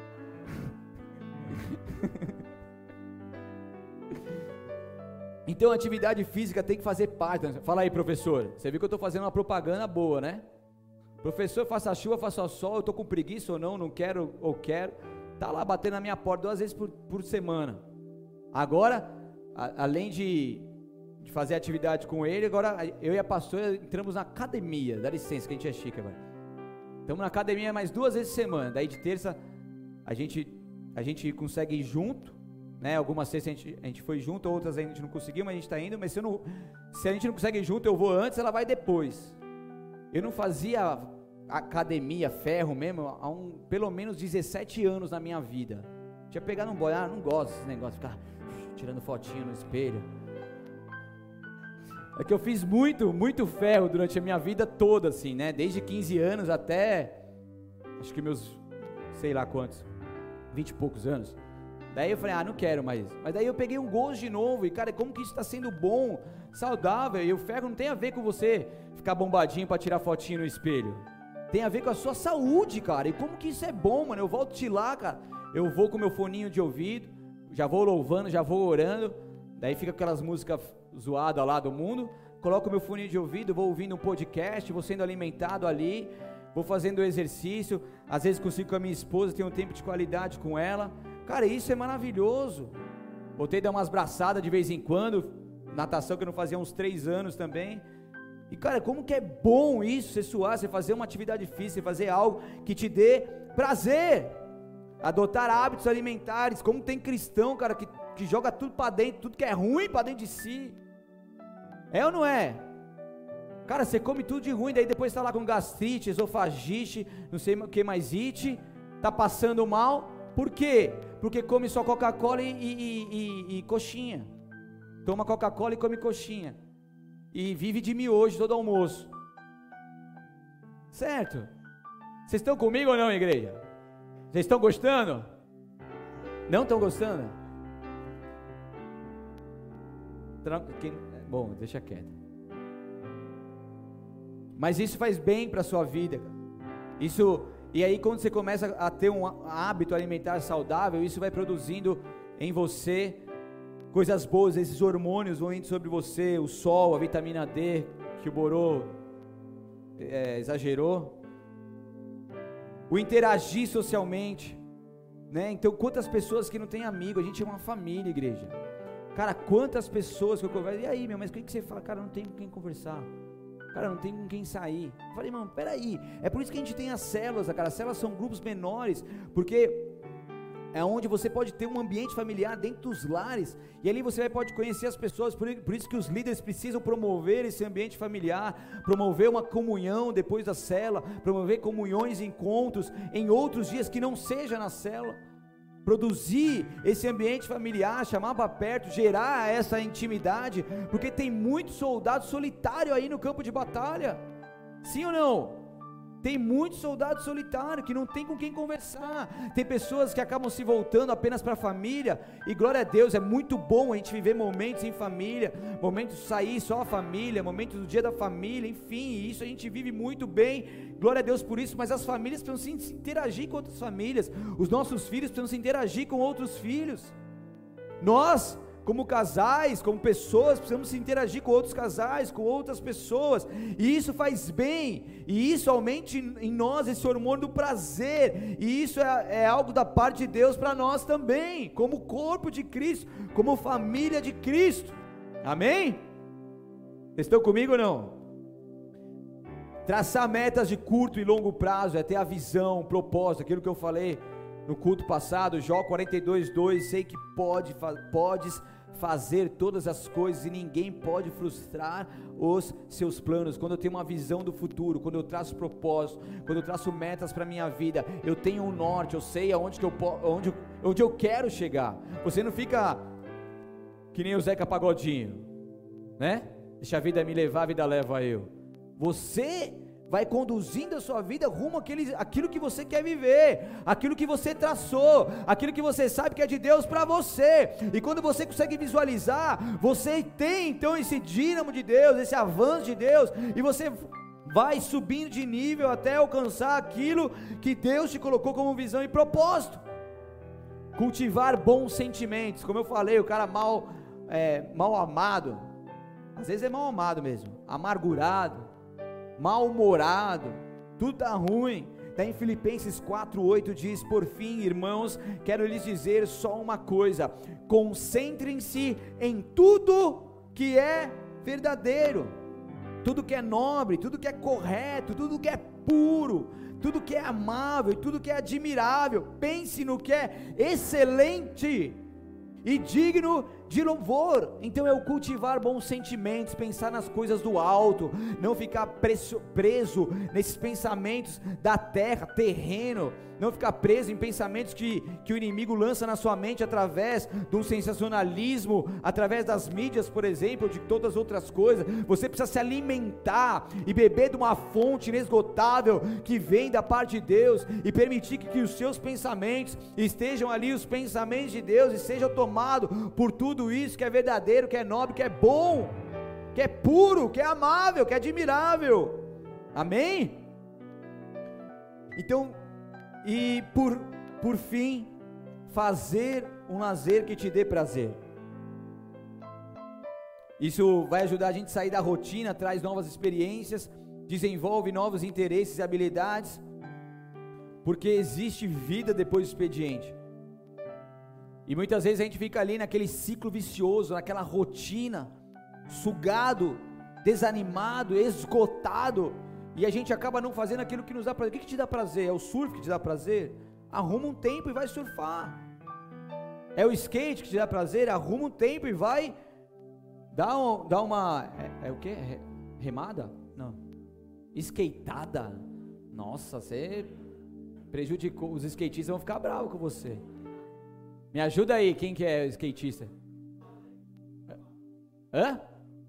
Então a atividade física tem que fazer parte. Fala aí, professor. Você viu que eu estou fazendo uma propaganda boa, né? Professor, faça chuva, faça sol, eu estou com preguiça ou não quero ou quero. Tá lá batendo na minha porta 2 vezes por semana. Agora, além de fazer atividade com ele, agora eu e a pastora entramos na academia. Dá licença que a gente é chique agora. Estamos na academia mais 2 vezes por semana. Daí de terça a gente consegue ir junto, né? Algumas sextas a gente foi junto, outras a gente não conseguiu, mas a gente está indo. Mas se a gente não consegue ir junto, eu vou antes, ela vai depois. Eu não fazia academia, ferro mesmo, há pelo menos 17 anos na minha vida. Tinha pegado um boy, não gosto desse negócio, ficar tirando fotinho no espelho. É que eu fiz muito ferro durante a minha vida toda, assim, né? Desde 15 anos até, acho que meus, sei lá quantos, 20 e poucos anos. Daí eu falei, não quero mais. Mas daí eu peguei um gosto de novo, e cara, como que isso está sendo bom, saudável, e o ferro não tem a ver com você ficar bombadinho para tirar fotinho no espelho. Tem a ver com a sua saúde, cara, e como que isso é bom, mano. Eu volto de lá, cara, eu vou com meu foninho de ouvido, já vou louvando, já vou orando, daí fica aquelas músicas zoadas lá do mundo, coloco meu fone de ouvido, vou ouvindo um podcast, vou sendo alimentado ali, vou fazendo exercício, às vezes consigo com a minha esposa, tenho um tempo de qualidade com ela, cara, isso é maravilhoso. Voltei a dar umas braçadas de vez em quando, natação que eu não fazia há uns 3 anos também, e cara, como que é bom isso, você suar, você fazer uma atividade física, você fazer algo que te dê prazer, adotar hábitos alimentares. Como tem cristão, cara, que joga tudo para dentro, tudo que é ruim para dentro de si. É ou não é? Cara, você come tudo de ruim, daí depois está lá com gastrite, esofagite, não sei o que mais ite, tá passando mal. Por quê? Porque come só Coca-Cola e coxinha. Toma Coca-Cola e come coxinha. E vive de miojo todo almoço. Certo? Vocês estão comigo ou não, igreja? Vocês estão gostando? Não estão gostando? Bom, deixa quieto. Mas isso faz bem para a sua vida. E aí quando você começa a ter um hábito alimentar saudável, isso vai produzindo em você coisas boas. Esses hormônios vão indo sobre você, o sol, a vitamina D, que o Borô exagerou. O interagir socialmente, né? Então quantas pessoas que não têm amigo, a gente é uma família, igreja. Cara, quantas pessoas que eu converso, e aí, meu, mas o que você fala? Cara, não tem com quem conversar, cara, não tem com quem sair. Eu falei, mano, peraí, é por isso que a gente tem as células, cara, as células são grupos menores, porque é onde você pode ter um ambiente familiar dentro dos lares, e ali você pode conhecer as pessoas, por isso que os líderes precisam promover esse ambiente familiar, promover uma comunhão depois da célula, promover comunhões e encontros em outros dias que não seja na célula, produzir esse ambiente familiar, chamar para perto, gerar essa intimidade, porque tem muito soldado solitário aí no campo de batalha, sim ou não? Tem muitos soldados solitários que não tem com quem conversar. Tem pessoas que acabam se voltando apenas para a família. E glória a Deus, é muito bom a gente viver momentos em família, momentos de sair só a família, momentos do dia da família, enfim, isso a gente vive muito bem. Glória a Deus por isso. Mas as famílias precisam se interagir com outras famílias. Os nossos filhos precisam se interagir com outros filhos. Nós como casais, como pessoas, precisamos interagir com outros casais, com outras pessoas, e isso faz bem, e isso aumenta em nós esse hormônio do prazer, e isso é algo da parte de Deus para nós também, como corpo de Cristo, como família de Cristo, amém? Vocês estão comigo ou não? Traçar metas de curto e longo prazo, é ter a visão, o propósito, aquilo que eu falei no culto passado, Jó 42:2, sei que podes fazer todas as coisas e ninguém pode frustrar os seus planos. Quando eu tenho uma visão do futuro, quando eu traço propósito, quando eu traço metas para a minha vida, eu tenho um norte, eu sei aonde onde eu quero chegar. Você não fica que nem o Zeca Pagodinho, né? Deixa a vida me levar, a vida leva eu. Você vai conduzindo a sua vida rumo àquilo que você quer viver, aquilo que você traçou, aquilo que você sabe que é de Deus para você, e quando você consegue visualizar, você tem então esse dínamo de Deus, esse avanço de Deus, e você vai subindo de nível até alcançar aquilo que Deus te colocou como visão e propósito. Cultivar bons sentimentos, como eu falei, o cara mal amado, às vezes é mal amado mesmo, amargurado, mal-humorado, tudo está ruim. Está em Filipenses 4:8, diz: por fim, irmãos, quero lhes dizer só uma coisa: concentrem-se em tudo que é verdadeiro, tudo que é nobre, tudo que é correto, tudo que é puro, tudo que é amável, tudo que é admirável. Pense no que é excelente e digno de louvor. Então é o cultivar bons sentimentos, pensar nas coisas do alto, não ficar preso nesses pensamentos da terra, terreno, não ficar preso em pensamentos que o inimigo lança na sua mente através de um sensacionalismo, através das mídias, por exemplo, de todas as outras coisas. Você precisa se alimentar e beber de uma fonte inesgotável que vem da parte de Deus, e permitir que os seus pensamentos estejam ali, os pensamentos de Deus, e sejam tomados por tudo isso que é verdadeiro, que é nobre, que é bom, que é puro, que é amável, que é admirável, amém? Então, e por fim, fazer um lazer que te dê prazer. Isso vai ajudar a gente a sair da rotina, traz novas experiências, desenvolve novos interesses e habilidades, porque existe vida depois do expediente. E muitas vezes a gente fica ali naquele ciclo vicioso, naquela rotina, sugado, desanimado, esgotado, e a gente acaba não fazendo aquilo que nos dá prazer. O que te dá prazer? É o surf que te dá prazer? Arruma um tempo e vai surfar. É o skate que te dá prazer? Arruma um tempo e vai dar uma... É o que? Remada? Não. Skateada. Nossa, você prejudicou. Os skatistas vão ficar bravos com você. Me ajuda aí, quem que é skatista? Hã?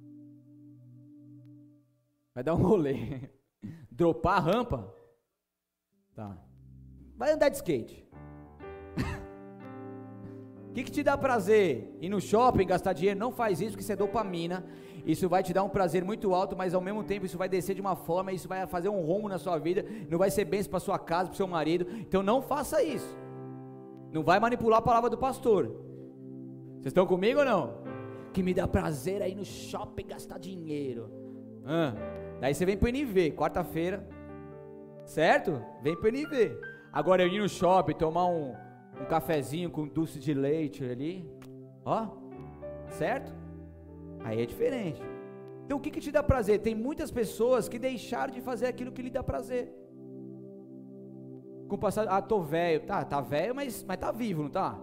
Vai dar um rolê. Dropar a rampa? Tá. Vai andar de skate. O que te dá prazer? Ir no shopping, gastar dinheiro? Não faz isso, porque isso é dopamina. Isso vai te dar um prazer muito alto, mas ao mesmo tempo isso vai descer de uma forma, isso vai fazer um rombo na sua vida, não vai ser bênção para sua casa, para o seu marido. Então não faça isso. Não vai manipular a palavra do pastor. Vocês estão comigo ou não? Que me dá prazer é ir no shopping gastar dinheiro. Daí você vem pro NV, quarta-feira, certo? Vem pro NV. Agora eu ir no shopping, tomar um cafezinho com doce de leite ali, ó, certo? Aí é diferente. Então o que te dá prazer? Tem muitas pessoas que deixaram de fazer aquilo que lhe dá prazer. Com o passar, tô velho, tá velho, mas tá vivo, não tá?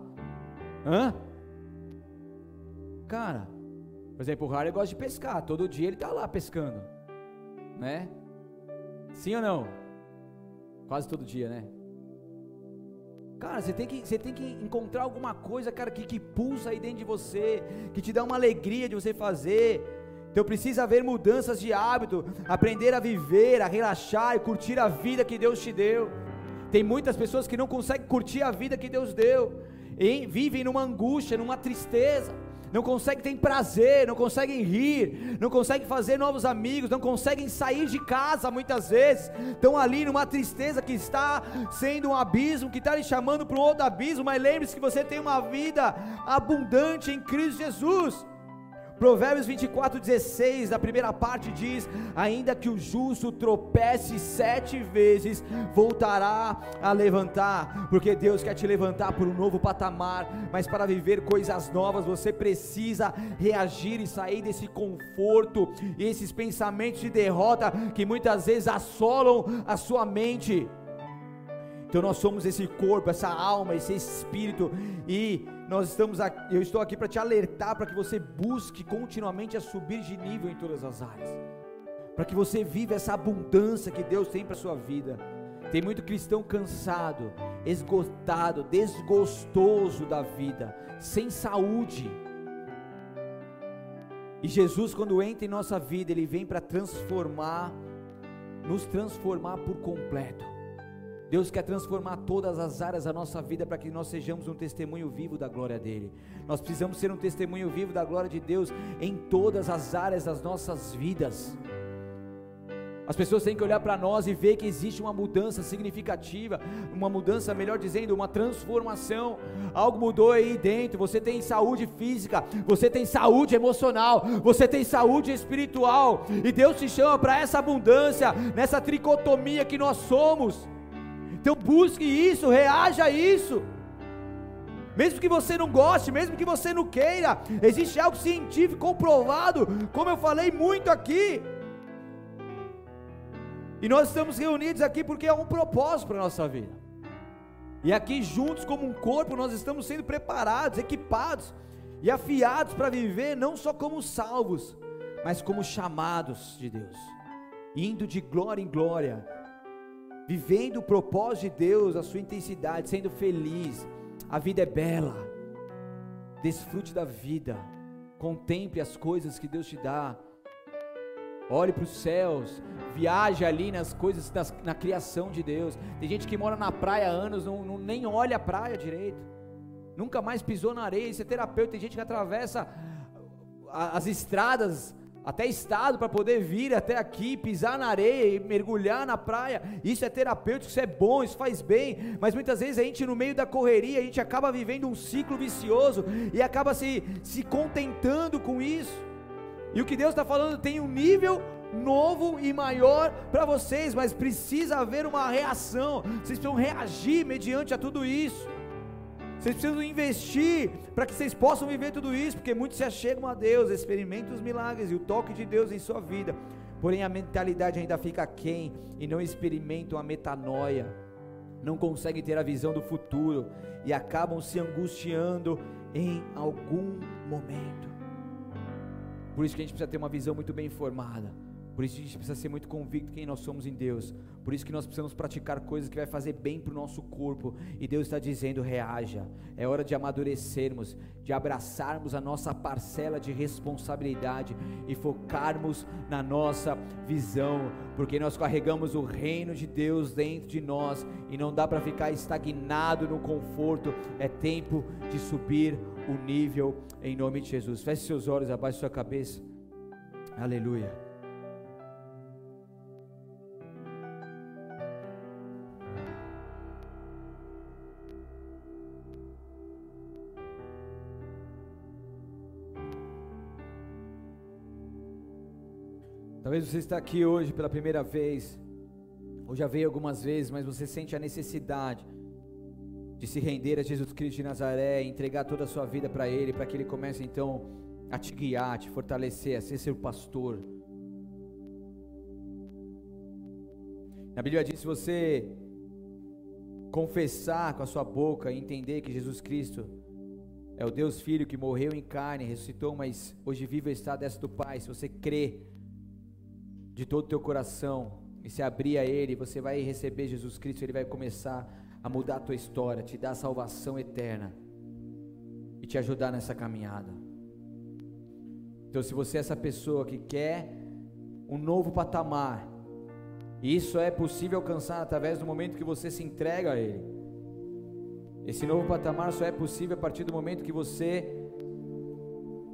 Cara, por exemplo, o Harry gosta de pescar, todo dia ele tá lá pescando, né? Sim ou não? Quase todo dia, né? Cara, você tem que encontrar alguma coisa, cara, que pulsa aí dentro de você, que te dá uma alegria de você fazer. Então precisa haver mudanças de hábito, aprender a viver, a relaxar e curtir a vida que Deus te deu. Tem muitas pessoas que não conseguem curtir a vida que Deus deu, vivem numa angústia, numa tristeza, não conseguem ter prazer, não conseguem rir, não conseguem fazer novos amigos, não conseguem sair de casa muitas vezes, estão ali numa tristeza que está sendo um abismo, que está lhe chamando para um outro abismo, mas lembre-se que você tem uma vida abundante em Cristo Jesus. Provérbios 24:16, da primeira parte diz: ainda que o justo tropece 7 vezes, voltará a levantar, porque Deus quer te levantar por um novo patamar, mas para viver coisas novas, você precisa reagir e sair desse conforto, e esses pensamentos de derrota, que muitas vezes assolam a sua mente. Então nós somos esse corpo, essa alma, esse espírito, e eu estou aqui para te alertar, para que você busque continuamente a subir de nível em todas as áreas, para que você viva essa abundância que Deus tem para a sua vida. Tem muito cristão cansado, esgotado, desgostoso da vida, sem saúde, e Jesus, quando entra em nossa vida, Ele vem para nos transformar por completo. Deus quer transformar todas as áreas da nossa vida, para que nós sejamos um testemunho vivo da glória dEle. Nós precisamos ser um testemunho vivo da glória de Deus em todas as áreas das nossas vidas. As pessoas têm que olhar para nós e ver que existe uma mudança significativa, uma mudança, melhor dizendo, uma transformação. Algo mudou aí dentro. Você tem saúde física, você tem saúde emocional, você tem saúde espiritual, e Deus te chama para essa abundância, nessa tricotomia que nós somos. Então busque isso, reaja a isso, mesmo que você não goste, mesmo que você não queira. Existe algo científico comprovado, como eu falei muito aqui, e nós estamos reunidos aqui porque é um propósito para a nossa vida, e aqui juntos como um corpo nós estamos sendo preparados, equipados e afiados para viver não só como salvos, mas como chamados de Deus, indo de glória em glória, vivendo o propósito de Deus, a sua intensidade, sendo feliz. A vida é bela, desfrute da vida, contemple as coisas que Deus te dá, olhe para os céus, viaje ali nas coisas, na criação de Deus. Tem gente que mora na praia há anos, nem olha a praia direito, nunca mais pisou na areia. Isso é terapeuta. Tem gente que atravessa as estradas, até estado, para poder vir até aqui, pisar na areia e mergulhar na praia. Isso é terapêutico, isso é bom, isso faz bem, mas muitas vezes a gente, no meio da correria, a gente acaba vivendo um ciclo vicioso, e acaba se contentando com isso. E o que Deus está falando, tem um nível novo e maior para vocês, mas precisa haver uma reação. Vocês precisam reagir mediante a tudo isso. Vocês precisam investir para que vocês possam viver tudo isso, porque muitos se achegam a Deus, experimentam os milagres e o toque de Deus em sua vida, porém a mentalidade ainda fica aquém, e não experimentam a metanoia, não conseguem ter a visão do futuro, e acabam se angustiando em algum momento. Por isso que a gente precisa ter uma visão muito bem formada, por isso que a gente precisa ser muito convicto quem nós somos em Deus, por isso que nós precisamos praticar coisas que vai fazer bem para o nosso corpo, e Deus está dizendo: reaja. É hora de amadurecermos, de abraçarmos a nossa parcela de responsabilidade e focarmos na nossa visão, porque nós carregamos o reino de Deus dentro de nós, e não dá para ficar estagnado no conforto. É tempo de subir o nível, em nome de Jesus. Feche seus olhos, abaixe sua cabeça. Aleluia. Talvez você está aqui hoje pela primeira vez, ou já veio algumas vezes, mas você sente a necessidade de se render a Jesus Cristo de Nazaré, entregar toda a sua vida para Ele, para que Ele comece então a te guiar, a te fortalecer, a ser seu pastor. Na Bíblia diz: se você confessar com a sua boca e entender que Jesus Cristo é o Deus Filho que morreu em carne, ressuscitou, mas hoje vive está à destra do Pai, se você crê de todo o teu coração e se abrir a Ele, você vai receber Jesus Cristo. Ele vai começar a mudar a tua história, te dar salvação eterna e te ajudar nessa caminhada. Então, se você é essa pessoa que quer um novo patamar, e isso é possível alcançar através do momento que você se entrega a Ele. Esse novo patamar só é possível a partir do momento que você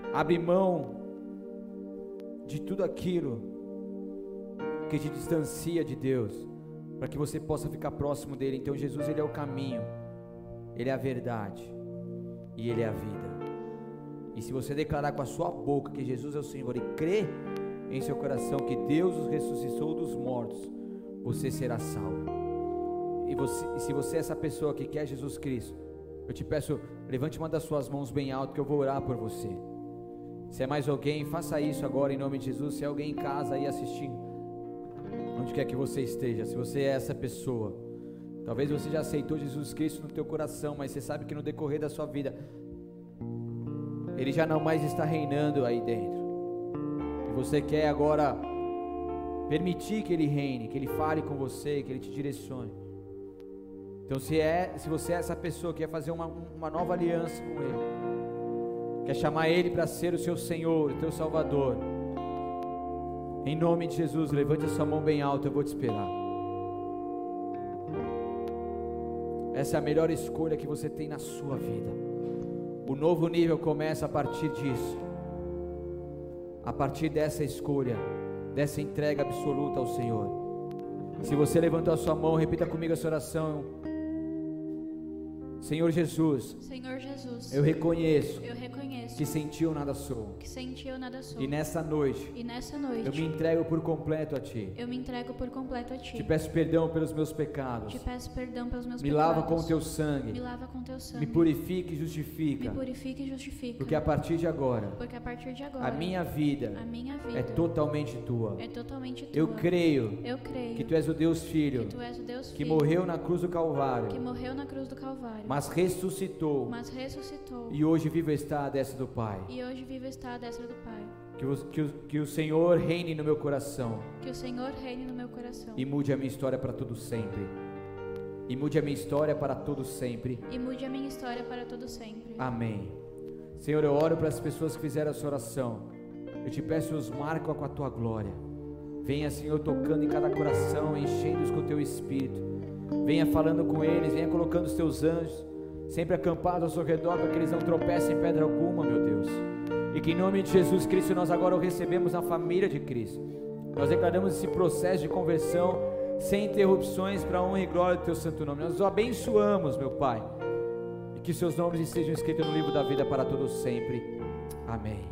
Abre mão de tudo aquilo que te distancia de Deus, para que você possa ficar próximo dele. Então Jesus, ele é o caminho, ele é a verdade e ele é a vida. E se você declarar com a sua boca que Jesus é o Senhor e crer em seu coração que Deus os ressuscitou dos mortos, você será salvo. E se você é essa pessoa que quer Jesus Cristo, eu te peço, levante uma das suas mãos bem alto, que eu vou orar por você. Se é mais alguém, faça isso agora em nome de Jesus. Se é alguém em casa aí assistindo, onde quer que você esteja, se você é essa pessoa, talvez você já aceitou Jesus Cristo no teu coração, mas você sabe que no decorrer da sua vida ele já não mais está reinando aí dentro, e você quer agora permitir que ele reine, que ele fale com você, que ele te direcione. Então se você é essa pessoa que quer fazer uma nova aliança com ele, quer chamar ele para ser o seu Senhor, o teu Salvador, em nome de Jesus, levante a sua mão bem alta, eu vou te esperar. Essa é a melhor escolha que você tem na sua vida. O novo nível começa a partir disso, a partir dessa escolha, dessa entrega absoluta ao Senhor. Se você levantou a sua mão, repita comigo essa oração. Senhor Jesus, eu reconheço que sem ti eu nada sou. E nessa noite, eu me entrego por completo a ti. Te peço perdão pelos meus pecados. Me lava com o teu sangue. Me purifica e justifica. Porque a partir de agora, a minha vida é totalmente tua. Eu creio que tu és o Deus Filho, que morreu na cruz do Calvário, mas ressuscitou, e hoje vivo está à destra do Pai. Que o Senhor reine no meu coração, e mude a minha história para todo sempre. Amém. Senhor, eu oro para as pessoas que fizeram essa oração. Eu te peço, os marca com a tua glória. Venha, Senhor, tocando em cada coração, enchendo-os com o teu Espírito. Venha falando com eles, venha colocando os teus anjos sempre acampados ao seu redor, para que eles não tropecem em pedra alguma, meu Deus. E que em nome de Jesus Cristo nós agora o recebemos na família de Cristo. Nós declaramos esse processo de conversão sem interrupções, para a honra e glória do teu santo nome. Nós o abençoamos, meu Pai, e que seus nomes estejam escritos no livro da vida para todos sempre. Amém.